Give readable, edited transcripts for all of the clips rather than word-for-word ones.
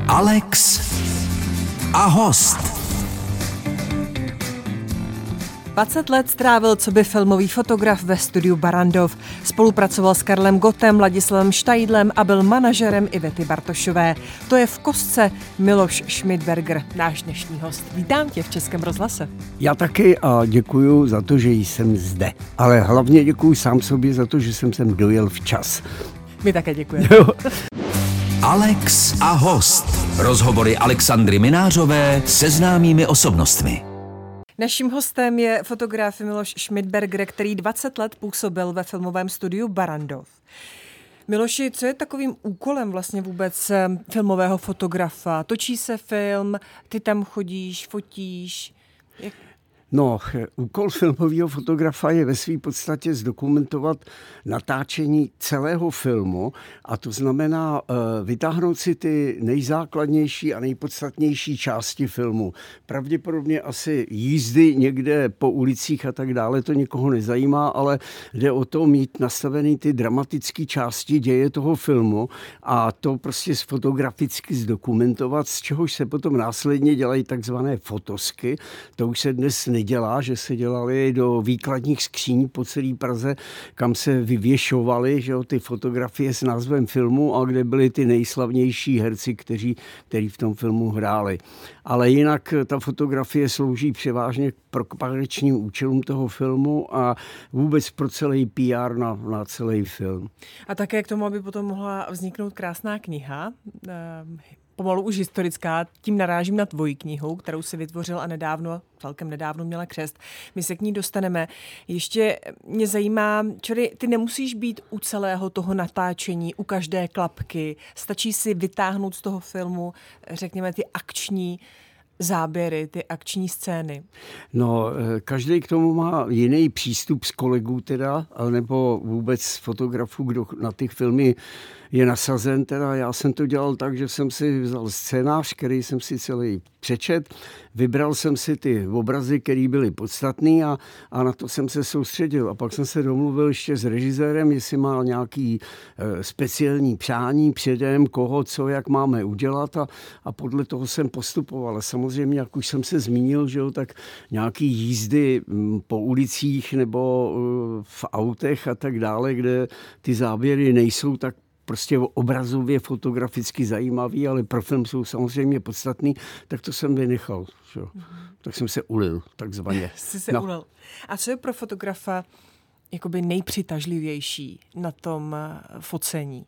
Alex a host. 20 let strávil coby filmový fotograf ve studiu Barrandov. Spolupracoval s Karlem Gottem, Ladislavem Štajdlem a byl manažerem Ivety Bartošové. To je v kostce Miloš Schmidberger, náš dnešní host. Vítám tě v Českém rozhlase. Já taky a děkuju za to, že jsem zde. Ale hlavně děkuju sám sobě za to, že jsem sem dojel včas. My také děkujeme. Alex a host. Rozhovory Alexandry Minářové se známými osobnostmi. Naším hostem je fotograf Miloš Schmidberger, který 20 let působil ve filmovém studiu Barrandov. Miloši, co je takovým úkolem vlastně vůbec filmového fotografa? Točí se film, ty tam chodíš, fotíš? No, úkol filmového fotografa je ve své podstatě zdokumentovat natáčení celého filmu a to znamená vytáhnout si ty nejzákladnější a nejpodstatnější části filmu. Pravděpodobně asi jízdy někde po ulicích a tak dále, to nikoho nezajímá, ale jde o to mít nastavený ty dramatické části děje toho filmu a to prostě fotograficky zdokumentovat, z čehož se potom následně dělají takzvané fotosky. To už se dnes nedělá, že se dělaly do výkladních skříní po celé Praze, kam se vyvěšovaly, že jo, ty fotografie s názvem filmu a kde byli ty nejslavnější herci, kteří v tom filmu hráli. Ale jinak ta fotografie slouží převážně k propagačním účelům toho filmu a vůbec pro celý PR na celý film. A také k tomu, aby potom mohla vzniknout krásná kniha, pomalu už historická, tím narážím na tvoji knihu, kterou si vytvořil a celkem nedávno měla křest. My se k ní dostaneme. Ještě mě zajímá, čili ty nemusíš být u celého toho natáčení, u každé klapky. Stačí si vytáhnout z toho filmu, řekněme, ty akční záběry, ty akční scény. No, každý k tomu má jiný přístup z kolegů teda, nebo vůbec fotografů, kdo na těch filmy je nasazen. Teda já jsem to dělal tak, že jsem si vzal scénář, který jsem si celý přečet, vybral jsem si ty obrazy, které byly podstatný a na to jsem se soustředil. A pak jsem se domluvil ještě s režisérem, jestli má nějaký speciální přání předem, koho, co, jak máme udělat a podle toho jsem postupoval. Ale samozřejmě, jak už jsem se zmínil, že jo, tak nějaký jízdy po ulicích nebo v autech a tak dále, kde ty záběry nejsou tak prostě obrazově fotograficky zajímavý, ale pro film jsou samozřejmě podstatný, tak to jsem vynechal. Že? Tak jsem se ulil, takzvaně. Jsi se ulil. A co je pro fotografa jakoby nejpřitažlivější na tom focení?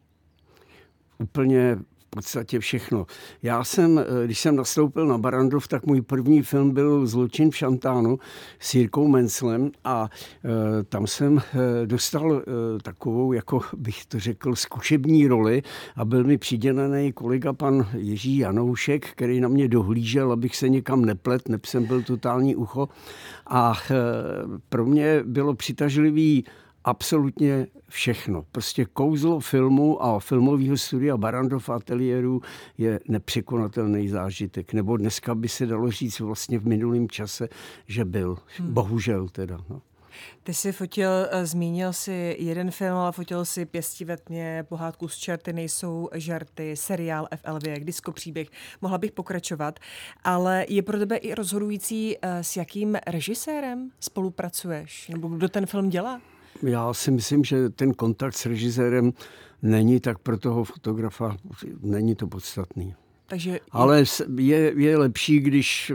Úplně v podstatě všechno. Já jsem, když jsem nastoupil na Barrandov, tak můj první film byl Zločin v Šantánu s Jirkou Menclem a tam jsem dostal takovou, jako bych to řekl, zkušební roli a byl mi přidělený kolega pan Jiří Janoušek, který na mě dohlížel, abych se někam neplet, neb jsem byl totální ucho a pro mě bylo přitažlivý absolutně všechno. Prostě kouzlo filmu a filmového studia Barrandov ateliéru je nepřekonatelný zážitek. Nebo dneska by se dalo říct vlastně v minulém čase, že byl. Bohužel teda. No. Ty jsi fotil, zmínil si jeden film, ale fotil si Pěsti ve tmě, Pohádku z čerty nejsou žarty, seriál FL Věk, diskopříběh. Mohla bych pokračovat, ale je pro tebe i rozhodující, s jakým režisérem spolupracuješ? Nebo kdo ten film dělá? Já si myslím, že ten kontakt s režisérem není tak pro toho fotografa, není to podstatný. Takže ale je lepší, když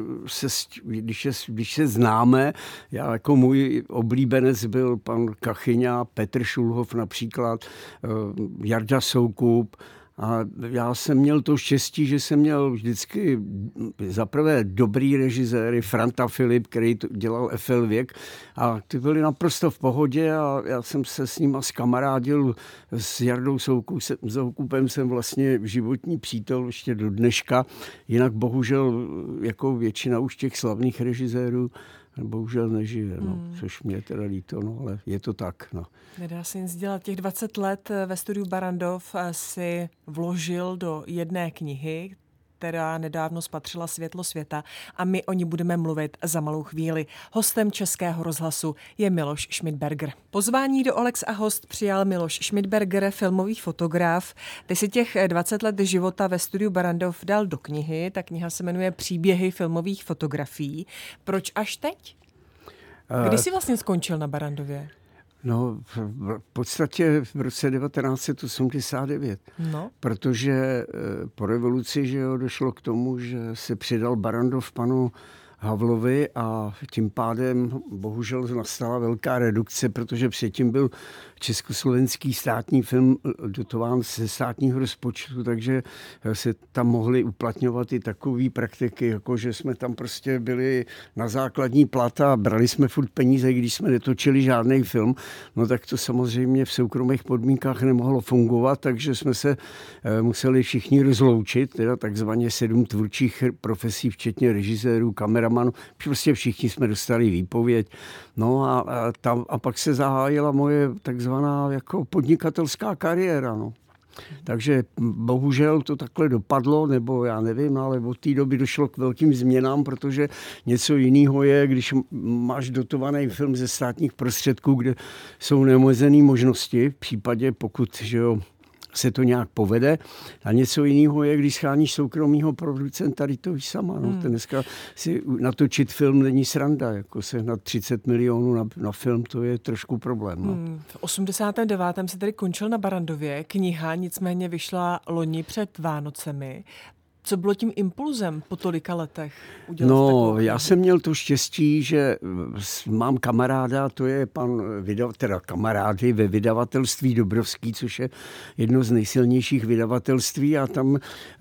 se známe. Já jako můj oblíbenec byl pan Kachyňa, Petr Šulhov například, Jarda Soukup. A já jsem měl to štěstí, že jsem měl vždycky zaprvé dobrý režiséry, Franta Filip, který dělal FL Věk a ty byli naprosto v pohodě a já jsem se s nima zkamarádil s Jardou Soukupem jsem vlastně životní přítel ještě do dneška, jinak bohužel jako většina už těch slavných režisérů bohužel nežije, což mě teda líto, ale je to tak. No. Nedá se nic dělat. Těch 20 let ve studiu Barrandov si vložil do jedné knihy, která nedávno spatřila světlo světa a my o ní budeme mluvit za malou chvíli. Hostem Českého rozhlasu je Miloš Schmidberger. Pozvání do Alex a host přijal Miloš Schmidberger, filmový fotograf. Ty si těch 20 let života ve studiu Barrandov dal do knihy. Ta kniha se jmenuje Příběhy filmových fotografií. Proč až teď? Kdy jsi vlastně skončil na Barrandově? No, v podstatě v roce 1989, protože po revoluci, že jo, došlo k tomu, že se přidal Barrandov panu Havlovi a tím pádem bohužel nastala velká redukce, protože předtím byl československý státní film dotován ze státního rozpočtu, takže se tam mohly uplatňovat i takové praktiky, jako že jsme tam prostě byli na základní plat a brali jsme furt peníze, když jsme netočili žádný film. No tak to samozřejmě v soukromých podmínkách nemohlo fungovat, takže jsme se museli všichni rozloučit, teda takzvaně 7 tvůrčích profesí, včetně režisérů, kameramanů, prostě všichni jsme dostali výpověď. No a pak se zahájila moje takzvaná jako podnikatelská kariéra, no. Takže bohužel to takhle dopadlo, nebo já nevím, ale od té doby došlo k velkým změnám, protože něco jiného je, když máš dotovaný film ze státních prostředků, kde jsou neomezené možnosti, v případě pokud, že jo, se to nějak povede. A něco jiného je, když scháníš soukromýho producenta, to víš sama. No. Dneska si natočit film není sranda, jako se na 30 milionů na film, to je trošku problém. No. V 89. se tedy končil na Barrandově. Kniha nicméně vyšla loni před Vánocemi. Co bylo tím impulzem po tolika letech udělat takovou? Já jsem měl to štěstí, že mám kamaráda, to je pan kamarády ve vydavatelství Dobrovský, což je jedno z nejsilnějších vydavatelství a tam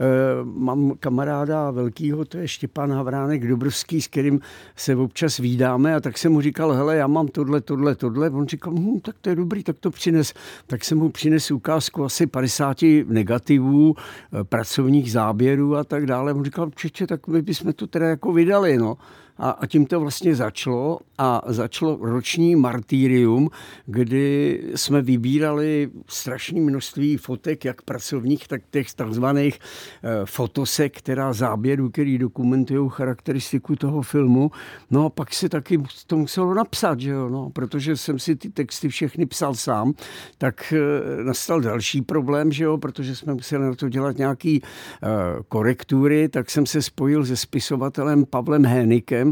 mám kamaráda velkýho, to je Štěpán Havránek Dobrovský, s kterým se občas vídáme a tak jsem mu říkal, hele, já mám tohle. On říkal, tak to je dobrý, tak to přines. Tak jsem mu přinesl ukázku asi 50 negativů, pracovních záběrů a tak dále. On říkal, tak my bychom to teda jako vydali, no. A tím to vlastně začalo a začalo roční martýrium, kdy jsme vybírali strašné množství fotek, jak pracovních, tak těch takzvaných fotosek, která záběrů, který dokumentují charakteristiku toho filmu. No a pak se taky to muselo napsat, že jo, no, protože jsem si ty texty všechny psal sám, tak nastal další problém, že jo, protože jsme museli na to dělat nějaký korektury, tak jsem se spojil se spisovatelem Pavlem Hénikem,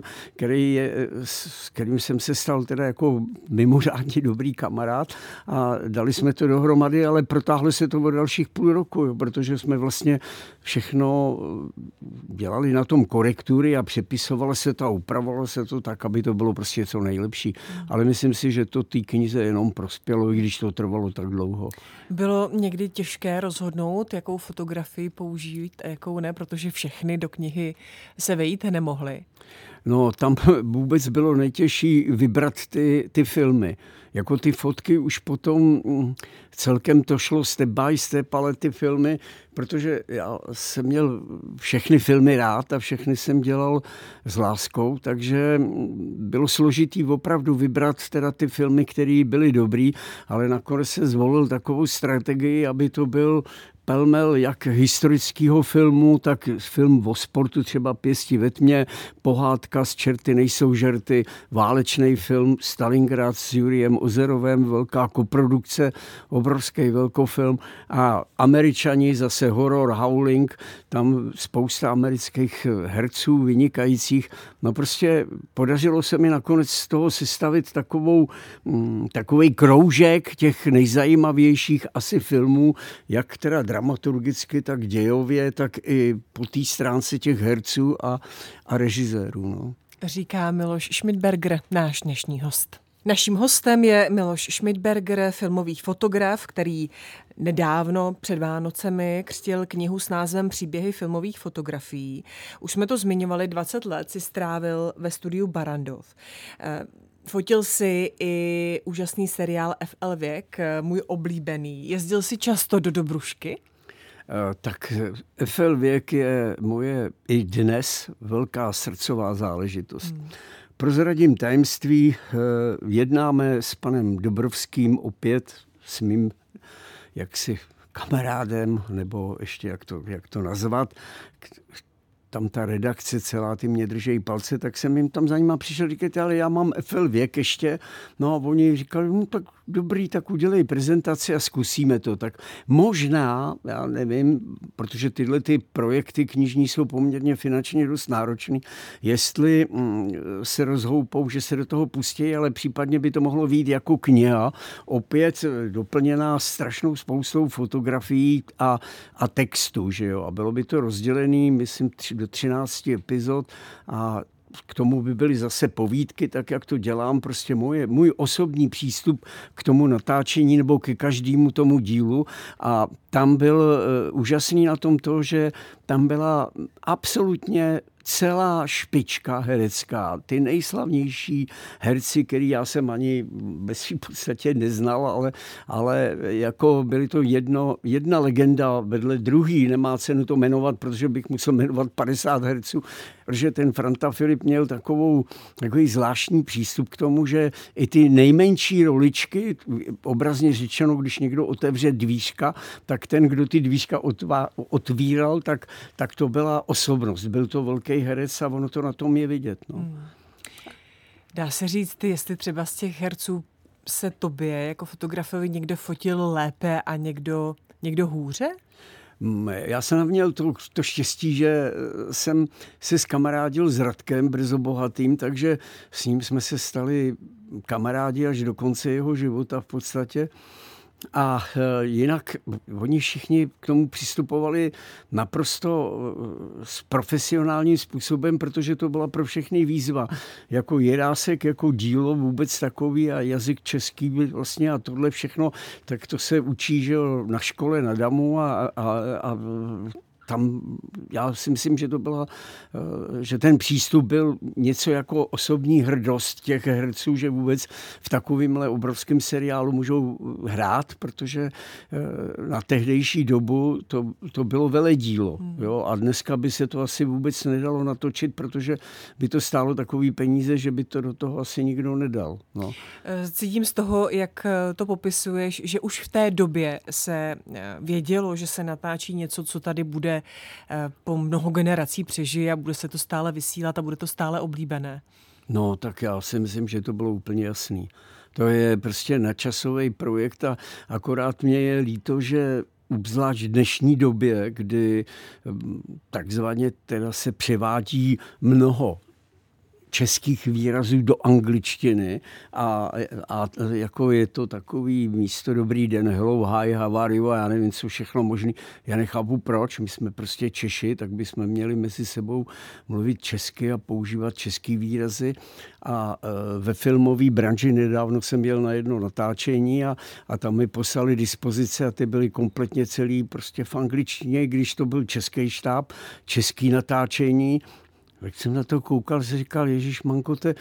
s kterým jsem se stal teda jako mimořádně dobrý kamarád a dali jsme to dohromady, ale protáhlo se to o dalších půl roku, jo, protože jsme vlastně všechno dělali na tom korektury a přepisovalo se to a upravovalo se to tak, aby to bylo prostě co nejlepší. Ale myslím si, že to té knize jenom prospělo, i když to trvalo tak dlouho. Bylo někdy těžké rozhodnout, jakou fotografii použít a jakou ne, protože všechny do knihy se vejít nemohly? No, tam vůbec bylo nejtěžší vybrat ty filmy. Jako ty fotky už potom celkem to šlo step by step, ale ty filmy, protože já jsem měl všechny filmy rád a všechny jsem dělal s láskou, takže bylo složitý opravdu vybrat teda ty filmy, které byly dobrý, ale nakonec se zvolil takovou strategii, aby to byl pelmel jak historického filmu, tak film o sportu, třeba Pěsti ve tmě, Pohádka z Čerty nejsou žerty, válečný film Stalingrad s Juriem Ozerovem, velká koprodukce, obrovský velkofilm a Američani zase horor Howling, tam spousta amerických herců vynikajících. No prostě podařilo se mi nakonec z toho sestavit takovej kroužek těch nejzajímavějších asi filmů, jak teda dramaturgicky, tak dějově, tak i po té stránce těch herců a režisérů. No. Říká Miloš Schmidberger, náš dnešní host. Naším hostem je Miloš Schmidberger, filmový fotograf, který nedávno před Vánocemi křtil knihu s názvem Příběhy filmových fotografií. Už jsme to zmiňovali, 20 let si strávil ve studiu Barrandov. Fotil si i úžasný seriál FL Věk, můj oblíbený. Jezdil si často do Dobrušky? Tak FL Věk je moje i dnes velká srdcová záležitost. Prozradím tajemství, jednáme s panem Dobrovským opět, s mým jaksi kamarádem, nebo ještě jak to nazvat, tam ta redakce celá, ty mě držejí palce, tak jsem jim tam za nima přišel říkat, ale já mám FL věk ještě. No a oni říkali, no tak dobrý, tak udělej prezentaci a zkusíme to. Tak možná, já nevím, protože tyhle ty projekty knižní jsou poměrně finančně dost náročný, jestli se rozhoupou, že se do toho pustí, ale případně by to mohlo vyjít jako kniha, opět doplněná strašnou spoustou fotografií a textu, že jo. A bylo by to rozdělený, myslím, do 13 epizod a k tomu by byly zase povídky, tak jak to dělám, prostě můj osobní přístup k tomu natáčení nebo ke každému tomu dílu. A tam byl úžasný na tom to, že tam byla absolutně celá špička herecká, ty nejslavnější herci, který já jsem ani ve svým podstatě neznal, ale jako byly to jedna legenda vedle druhý, nemá cenu to jmenovat, protože bych musel jmenovat 50 herců, protože ten Franta Filip měl takový zvláštní přístup k tomu, že i ty nejmenší roličky, obrazně řečeno, když někdo otevře dvířka, tak ten, kdo ty dvířka otvíral, tak to byla osobnost, byl to velký herec a ono to na tom je vidět. No. Dá se říct, jestli třeba z těch herců se tobě jako fotografovi někdo fotil lépe a někdo hůře? Já jsem měl to štěstí, že jsem se skamarádil s Radkem Brzobohatým, takže s ním jsme se stali kamarádi až do konce jeho života v podstatě. A jinak oni všichni k tomu přistupovali naprosto s profesionálním způsobem, protože to byla pro všechny výzva. Jako Jirásek, jako dílo vůbec takový a jazyk český vlastně a tohle všechno, tak to se učí, že na škole na Damu a tam já si myslím, že ten přístup byl něco jako osobní hrdost těch herců, že vůbec v takovémhle obrovském seriálu můžou hrát, protože na tehdejší dobu to bylo veledílo. Jo? A dneska by se to asi vůbec nedalo natočit, protože by to stálo takový peníze, že by to do toho asi nikdo nedal. No. Cítím z toho, jak to popisuješ, že už v té době se vědělo, že se natáčí něco, co tady bude po mnoho generací přežije a bude se to stále vysílat a bude to stále oblíbené. No, tak já si myslím, že to bylo úplně jasný. To je prostě nadčasový projekt a akorát mě je líto, že obzvlášť v dnešní době, kdy takzvaně teda se převádí mnoho českých výrazů do angličtiny a jako je to takový místo dobrý den, hello, hi, how are you, a já nevím, co všechno možný. Já nechápu proč, my jsme prostě Češi, tak bychom měli mezi sebou mluvit česky a používat český výrazy. A ve filmové branži nedávno jsem jel na jedno natáčení a tam mi poslali dispozice a ty byly kompletně celý prostě v angličtině, když to byl český štáb, český natáčení. Jak jsem na to koukal, jsem říkal, ježišmankote,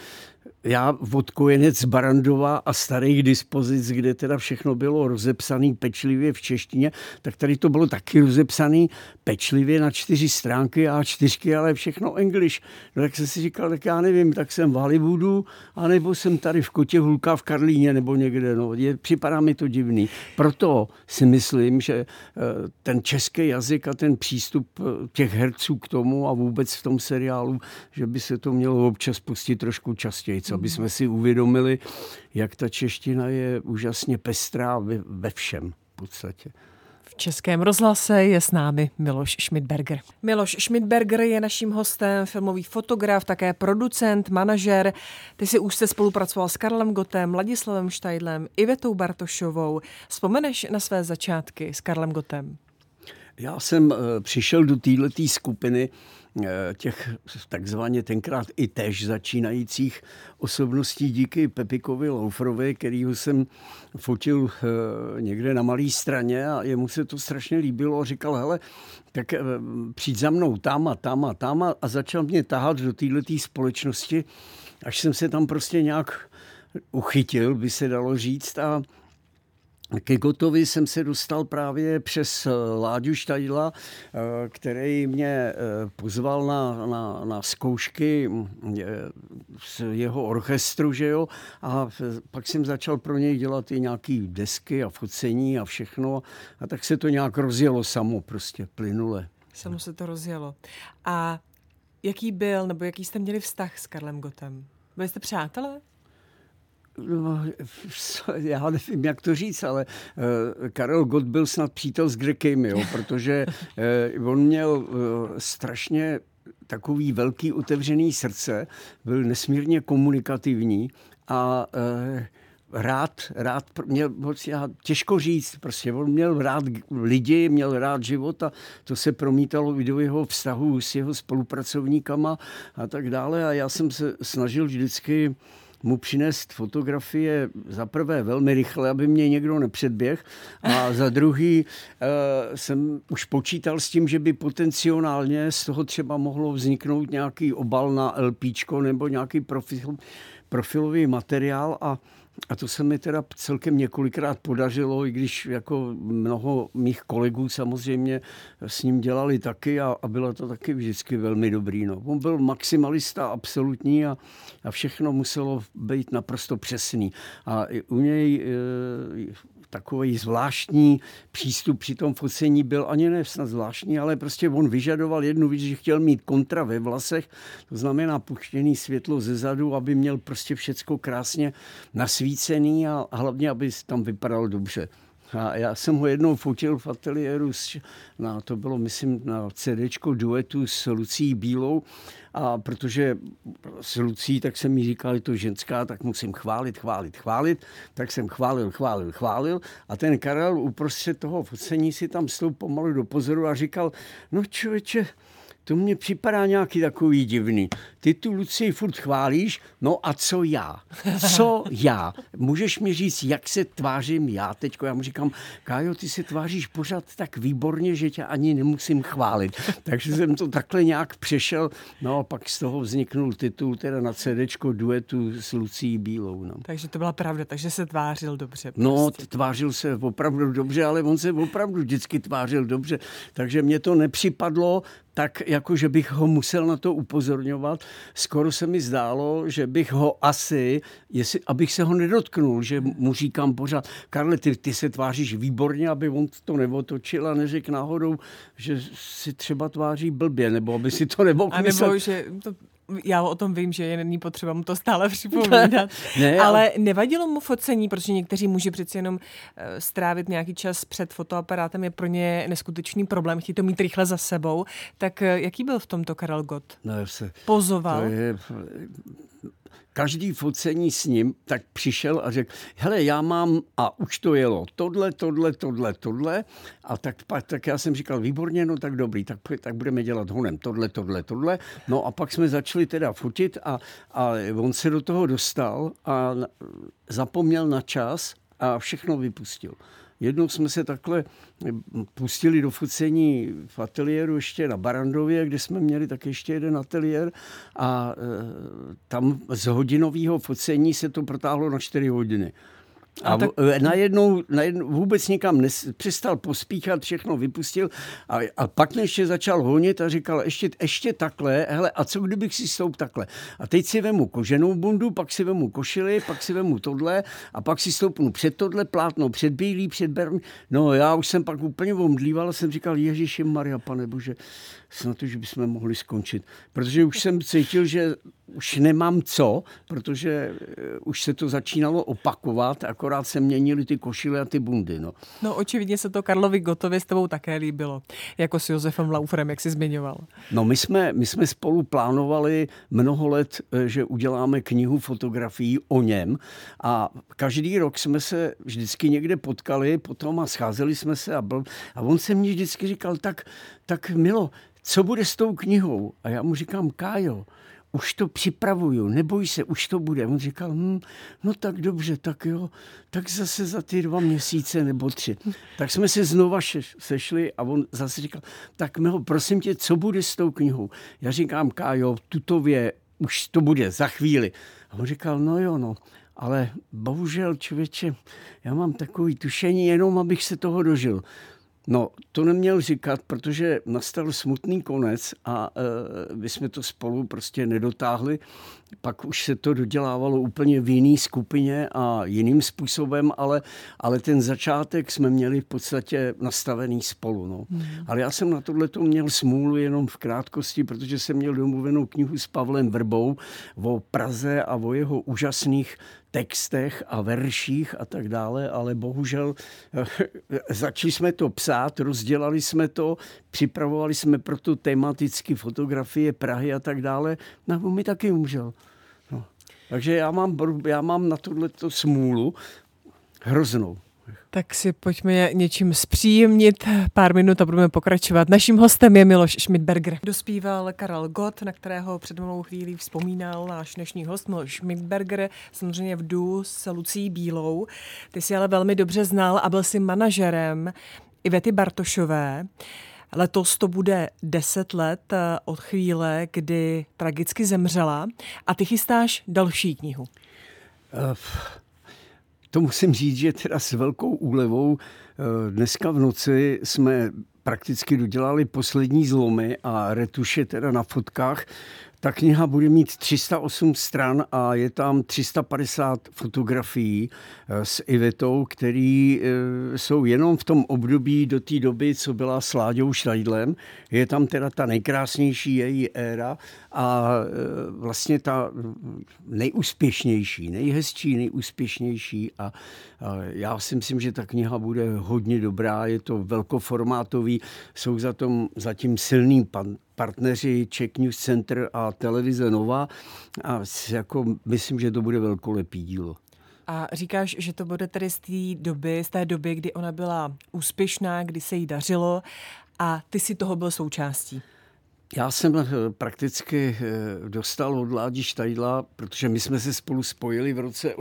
já od Kojenec z Barandova a starých dispozic, kde teda všechno bylo rozepsané pečlivě v češtině, tak tady to bylo taky rozepsané pečlivě na 4 stránky A4, ale všechno English. No tak jsem si říkal, tak já nevím, tak jsem v Hollywoodu, anebo jsem tady v Kotě Hulka v Karlíně nebo někde. No, připadá mi to divný. Proto si myslím, že ten český jazyk a ten přístup těch herců k tomu a vůbec v tom seriálu, že by se to mělo občas pustit trošku častěji, aby jsme si uvědomili, jak ta čeština je úžasně pestrá ve všem v podstatě. V Českém rozhlase je s námi Miloš Schmidberger. Miloš Schmidberger je naším hostem, filmový fotograf, také producent, manažer. Ty si úzce spolupracoval s Karlem Gottem, Ladislavem Štajdlem, Ivetou Bartošovou. Vzpomeneš na své začátky s Karlem Gottem? Já jsem přišel do této skupiny těch takzvaně tenkrát i též začínajících osobností díky Pepikovi Laufrovi, kterýho jsem fotil někde na Malé Straně a jemu se to strašně líbilo a říkal, hele, tak přijď za mnou tam a tam a tam a začal mě tahat do této společnosti, až jsem se tam prostě nějak uchytil, by se dalo říct, a Ke Gottovi jsem se dostal právě přes Láďu Štajdla, který mě pozval na zkoušky z jeho orchestru, že jo, a pak jsem začal pro něj dělat i nějaký desky a focení a všechno a tak se to nějak rozjelo samo, prostě plynule. Samo se to rozjelo. A jaký jste měli vztah s Karlem Gottem? Byli jste přátelé? No, já nevím, jak to říct, ale Karel Gott byl snad přítel s Grekym, jo, protože on měl strašně takový velký otevřený srdce, byl nesmírně komunikativní a rád měl, těžko říct, prostě on měl rád lidi, měl rád život a to se promítalo i do jeho vztahu s jeho spolupracovníkama a tak dále a já jsem se snažil vždycky mu přinést fotografie za prvé velmi rychle, aby mě někdo nepředběh a za druhý jsem už počítal s tím, že by potenciálně z toho třeba mohlo vzniknout nějaký obal na LPčko nebo nějaký profilový materiál a to se mi teda celkem několikrát podařilo, i když jako mnoho mých kolegů samozřejmě s ním dělali taky a bylo to taky vždycky velmi dobrý. No. On byl maximalista absolutní a všechno muselo být naprosto přesný. A u něj takový zvláštní přístup při tom focení byl ani ne snad zvláštní, ale prostě on vyžadoval jednu věc, že chtěl mít kontra ve vlasech, to znamená puštěný světlo ze zadu, aby měl prostě všecko krásně nasvícený a hlavně, aby tam vypadal dobře. A já jsem ho jednou fotil v ateliéru, to bylo, myslím, na CDčko duetu s Lucí Bílou, a protože s Lucí, tak jsem mi říkal, je to ženská, tak musím chválit, tak jsem chválil a ten Karel uprostřed toho focení si tam stoup pomalu do pozoru a říkal, no člověče, to mně připadá nějaký takový divný. Ty tu Lucii furt chválíš, no a co já? Co já? Můžeš mi říct, jak se tvářím já teďko? Já mu říkám, Kájo, ty se tváříš pořád tak výborně, že tě ani nemusím chválit. Takže jsem to takhle nějak přešel, no a pak z toho vzniknul titul teda na CDčko duetu s Lucí Bílou. No. Takže to byla pravda, takže se tvářil dobře. Prostě. No, tvářil se opravdu dobře, ale on se opravdu vždycky tvářil dobře, takže mě to nepřipadlo tak, jako že bych ho musel na to upozorňovat. Skoro se mi zdálo, že bych ho asi, abych se ho nedotknul, že mu říkám pořád, Karle, ty se tváříš výborně, aby on to neotočil a neřekl náhodou, že si třeba tváří blbě, nebo aby si to nemohl myslet. A nebo, že já o tom vím, že není potřeba mu to stále připomínat. Ale nevadilo mu focení, protože někteří muži přeci jenom strávit nějaký čas před fotoaparátem je pro ně neskutečný problém, chtějí to mít rychle za sebou. Tak jaký byl v tomto Karel Gott? Pozoval? Každý focení s ním tak přišel a řekl, hele, já mám, a už to jelo, tohle, a tak já jsem říkal, výborně, no tak dobrý, tak budeme dělat honem, tohle. No a pak jsme začali teda fotit a on se do toho dostal a zapomněl na čas a všechno vypustil. Jednou jsme se takhle pustili do focení v ateliéru ještě na Barandově, kde jsme měli tak ještě jeden ateliér a tam z hodinového focení se to protáhlo na 4 hodiny. A najednou vůbec nikam přestal pospíchat, všechno vypustil a pak ještě začal honit a říkal, ještě takhle, hele, a co kdybych si stoup takhle? A teď si vemu koženou bundu, pak si vemu košili, pak si vemu tohle a pak si stoupnu před tohle plátno, před bílý, před berný. No já už jsem pak úplně omdlíval a jsem říkal, Ježíši Maria, Pane Bože, snad už bychom mohli skončit. Protože už jsem cítil, že už nemám co, protože už se to začínalo opakovat, akorát se měnily ty košile a ty bundy. No očividně se to Karlovi Gottovi s tebou také líbilo, jako s Josefem Lauferem, jak jsi zmiňoval. No my jsme spolu plánovali mnoho let, že uděláme knihu fotografií o něm a každý rok jsme se vždycky někde potkali potom a scházeli jsme se a on se mně vždycky říkal, tak Milo, co bude s tou knihou? A já mu říkám, Kájo, už to připravuju, neboj se, už to bude. On říkal, no tak dobře, tak jo, tak zase za ty 2 měsíce nebo 3. Tak jsme se znova sešli a on zase říkal, tak Milo, prosím tě, co bude s tou knihou? Já říkám, Kájo, tutově, už to bude za chvíli. A on říkal, no jo, no. ale bohužel, člověče, já mám takový tušení, jenom abych se toho dožil. No, to neměl říkat, protože nastal smutný konec a my jsme to spolu prostě nedotáhli. Pak už se to dodělávalo úplně v jiný skupině a jiným způsobem, ale ten začátek jsme měli v podstatě nastavený spolu. No. Ale já jsem na tohleto měl smůlu jenom v krátkosti, protože jsem měl domluvenou knihu s Pavlem Vrbou o Praze a o jeho úžasných textech a verších a tak dále, ale bohužel začali jsme to psát, rozdělali jsme to, připravovali jsme proto tematicky fotografie Prahy a tak dále, no mi taky umřel. No. Takže já mám na tohleto smůlu hroznou. Tak si pojďme něčím zpříjemnit pár minut a budeme pokračovat. Naším hostem je Miloš Schmidberger. Dospíval Karel Gott, na kterého před malou chvílí vzpomínal náš dnešní host Miloš Schmidberger, samozřejmě v duo s Lucí Bílou. Ty si ale velmi dobře znal a byl si manažerem Ivety Bartošové. Letos to bude 10 let od chvíle, kdy tragicky zemřela a ty chystáš další knihu. To musím říct, že teda s velkou úlevou dneska v noci jsme prakticky dodělali poslední zlomy a retuše teda na fotkách. Ta kniha bude mít 308 stran a je tam 350 fotografií s Ivetou, které jsou jenom v tom období do té doby, co byla s Láďou Štajdlem. Je tam teda ta nejkrásnější její éra a vlastně ta nejúspěšnější, nejhezčí, nejúspěšnější a já si myslím, že ta kniha bude hodně dobrá, je to velkoformátový, jsou zatím silný partneři Czech News Center a televize Nova a jako myslím, že to bude velkolepý dílo. A říkáš, že to bude tedy z té doby, kdy ona byla úspěšná, kdy se jí dařilo a ty si toho byl součástí. Já jsem prakticky dostal od Ládi Štajdla, protože my jsme se spolu spojili v roce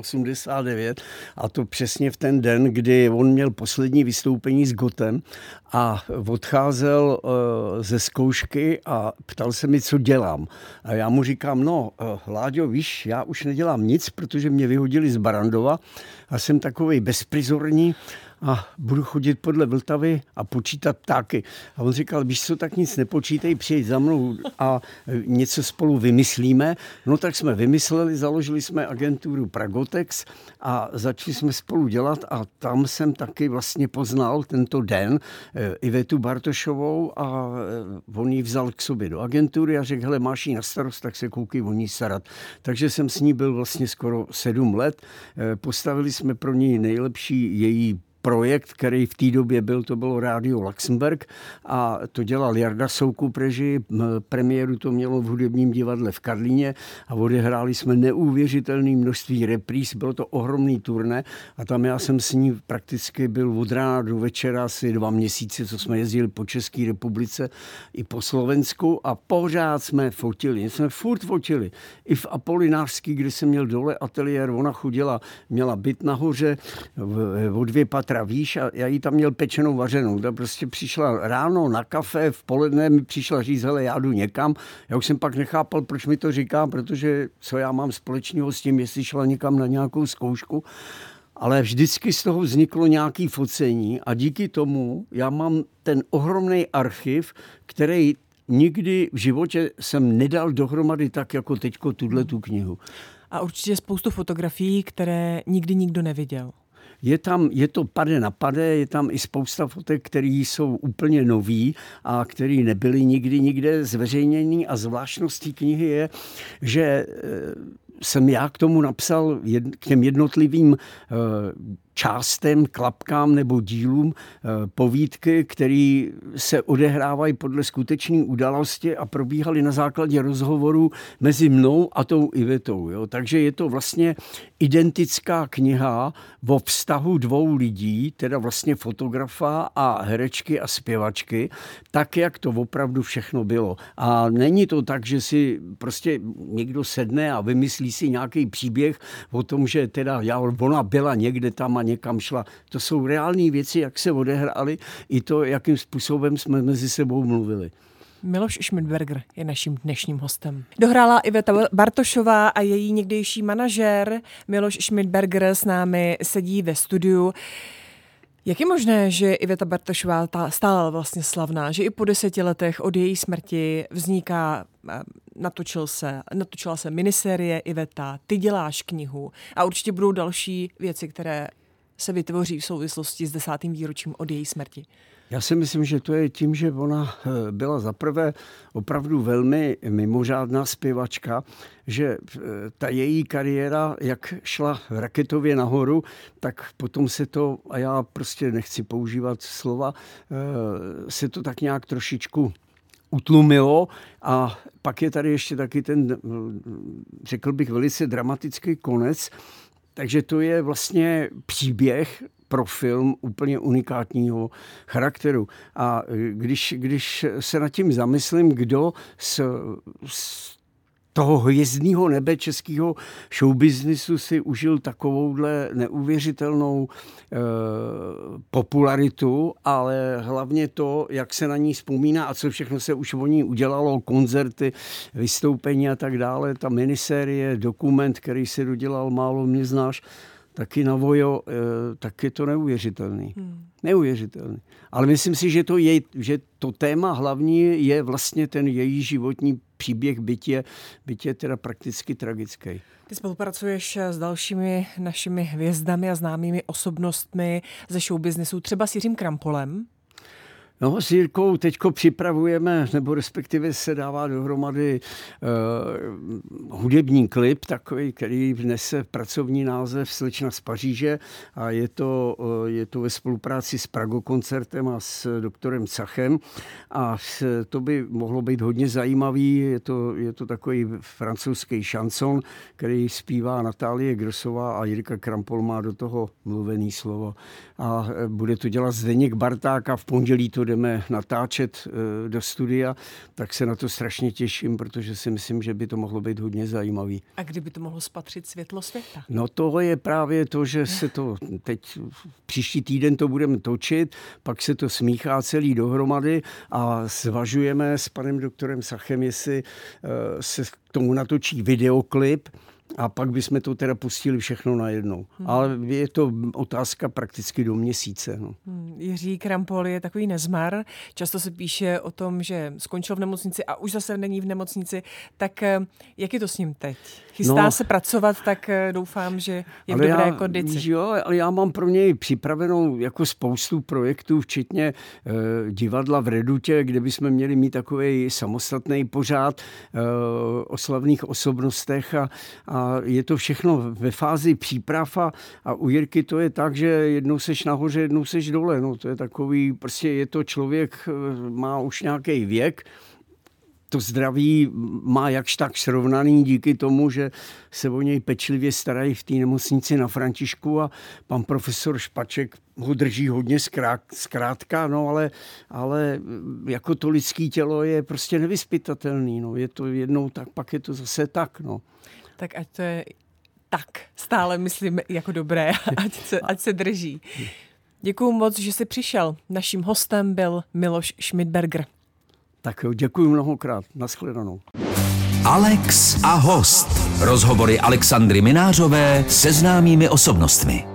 89 a to přesně v ten den, kdy on měl poslední vystoupení s Gottem a odcházel ze zkoušky a ptal se mi, co dělám. A já mu říkám, Láďo, víš, já už nedělám nic, protože mě vyhodili z Barandova a jsem takovej bezprizorní a budu chodit podle Vltavy a počítat ptáky. A on říkal, víš co, tak nic nepočítej, přijeď za mnou a něco spolu vymyslíme. No tak jsme vymysleli, založili jsme agenturu Pragotex a začali jsme spolu dělat a tam jsem taky vlastně poznal tento den Ivetu Bartošovou a on ji vzal k sobě do agentury a řekl, hele, máš jí na starost, tak se koukej o ní starat. Takže jsem s ní byl vlastně skoro 7 let. Postavili jsme pro ní nejlepší její projekt, který v té době to bylo Rádio Luxemburg a to dělal Jarda Soukup režii, premiéru to mělo v Hudebním divadle v Karlíně a odehráli jsme neuvěřitelné množství repríz, bylo to ohromný turné a tam já jsem s ní prakticky byl od rána do večera asi 2 měsíce, co jsme jezdili po České republice i po Slovensku a pořád jsme fotili, jsme furt fotili. I v Apolinářský, kde jsem měl dole ateliér, ona chodila, měla byt nahoře o 2 patra víš, a já jí tam měl pečenou vařenou. Ta prostě přišla ráno na kafe, v poledne mi přišla říct, hele, já jdu někam. Já už jsem pak nechápal, proč mi to říká, protože co já mám společného s tím, jestli šla někam na nějakou zkoušku. Ale vždycky z toho vzniklo nějaké focení a díky tomu já mám ten ohromný archiv, který nikdy v životě jsem nedal dohromady tak, jako teďko tu knihu. A určitě spoustu fotografií, které nikdy nikdo neviděl. Je to pade na pade, je tam i spousta fotek, které jsou úplně nový a které nebyly nikdy nikde zveřejněný a zvláštností knihy je, že jsem já k tomu napsal k těm jednotlivým částem, klapkám nebo dílům povídky, které se odehrávají podle skutečné události a probíhaly na základě rozhovoru mezi mnou a tou Ivetou. Jo? Takže je to vlastně identická kniha o vztahu 2 lidí, teda vlastně fotografa a herečky a zpěvačky, tak, jak to opravdu všechno bylo. A není to tak, že si prostě někdo sedne a vymyslí si nějaký příběh o tom, že teda ona byla někde tam a někam šla. To jsou reální věci, jak se odehrály, i to, jakým způsobem jsme mezi sebou mluvili. Miloš Schmidberger je naším dnešním hostem. Dohrála Iveta Bartošová a její někdejší manažer Miloš Schmidberger s námi sedí ve studiu. Jak je možné, že Iveta Bartošová stála vlastně slavná, že i po 10 letech od její smrti vzniká, natočila se minisérie Iveta, ty děláš knihu a určitě budou další věci, které se vytvoří v souvislosti s 10. výročím od její smrti? Já si myslím, že to je tím, že ona byla zaprvé opravdu velmi mimořádná zpěvačka, že ta její kariéra, jak šla raketově nahoru, tak potom se to, a já prostě nechci používat slova, se to tak nějak trošičku utlumilo a pak je tady ještě taky ten, řekl bych, velice dramatický konec. Takže to je vlastně příběh pro film úplně unikátního charakteru. A když se nad tím zamyslím, kdo z toho hvězdného nebe českého showbiznisu si užil takovouhle neuvěřitelnou popularitu, ale hlavně to, jak se na ní vzpomíná a co všechno se už o ní udělalo, koncerty, vystoupení a tak dále, ta minisérie, dokument, který se dodělal Málo mě znáš, taky na Vojo, tak je to neuvěřitelný. Neuvěřitelný. Ale myslím si, že to téma hlavní je vlastně ten její životní příběh, byť je teda prakticky tragický. Ty spolupracuješ s dalšími našimi hvězdami a známými osobnostmi ze showbiznesu, třeba s Jiřím Krampolem. No, s Jirkou teďko připravujeme, nebo respektive se dává dohromady hudební klip, takový, který nese pracovní název Slečna z Paříže a je to ve spolupráci s Pragokoncertem a s doktorem Cachem a to by mohlo být hodně zajímavý. Je to takový francouzský šanson, který zpívá Natálie Grosová a Jirka Krampol má do toho mluvený slovo. A bude to dělat Zdeněk Barták a v pondělí to jdeme natáčet do studia, tak se na to strašně těším, protože si myslím, že by to mohlo být hodně zajímavý. A kdyby to mohlo spatřit světlo světa? No to je právě to, že se to teď příští týden to budeme točit, pak se to smíchá celý dohromady a zvažujeme s panem doktorem Sachem, jestli se k tomu natočí videoklip, a pak bychom to teda pustili všechno najednou. Ale je to otázka prakticky do měsíce. No. Jiří Krampol je takový nezmar. Často se píše o tom, že skončil v nemocnici a už zase není v nemocnici. Tak jak je to s ním teď? Chystá se pracovat, tak doufám, že je v dobré kondici. Jo, ale já mám pro něj připravenou jako spoustu projektů, včetně divadla v Redutě, kde bychom měli mít takový samostatný pořád o slavných osobnostech a je to všechno ve fázi příprav a u Jirky to je tak, že jednou seš nahoře, jednou seš dole. No, to je takový, prostě je to člověk, má už nějaký věk, to zdraví má jakž tak srovnaný díky tomu, že se o něj pečlivě starají v té nemocnici na Františku a pan profesor Špaček ho drží hodně zkrátka, no ale jako to lidské tělo je prostě nevyzpytatelný. No. Je to jednou tak, pak je to zase tak. No. Tak ať to je tak stále, myslím, jako dobré, ať se drží. Děkuju moc, že jsi přišel. Naším hostem byl Miloš Schmidberger. Tak jo, děkuji mnohokrát. Nashledanou. Alex a host. Rozhovory Alexandry Minářové se známými osobnostmi.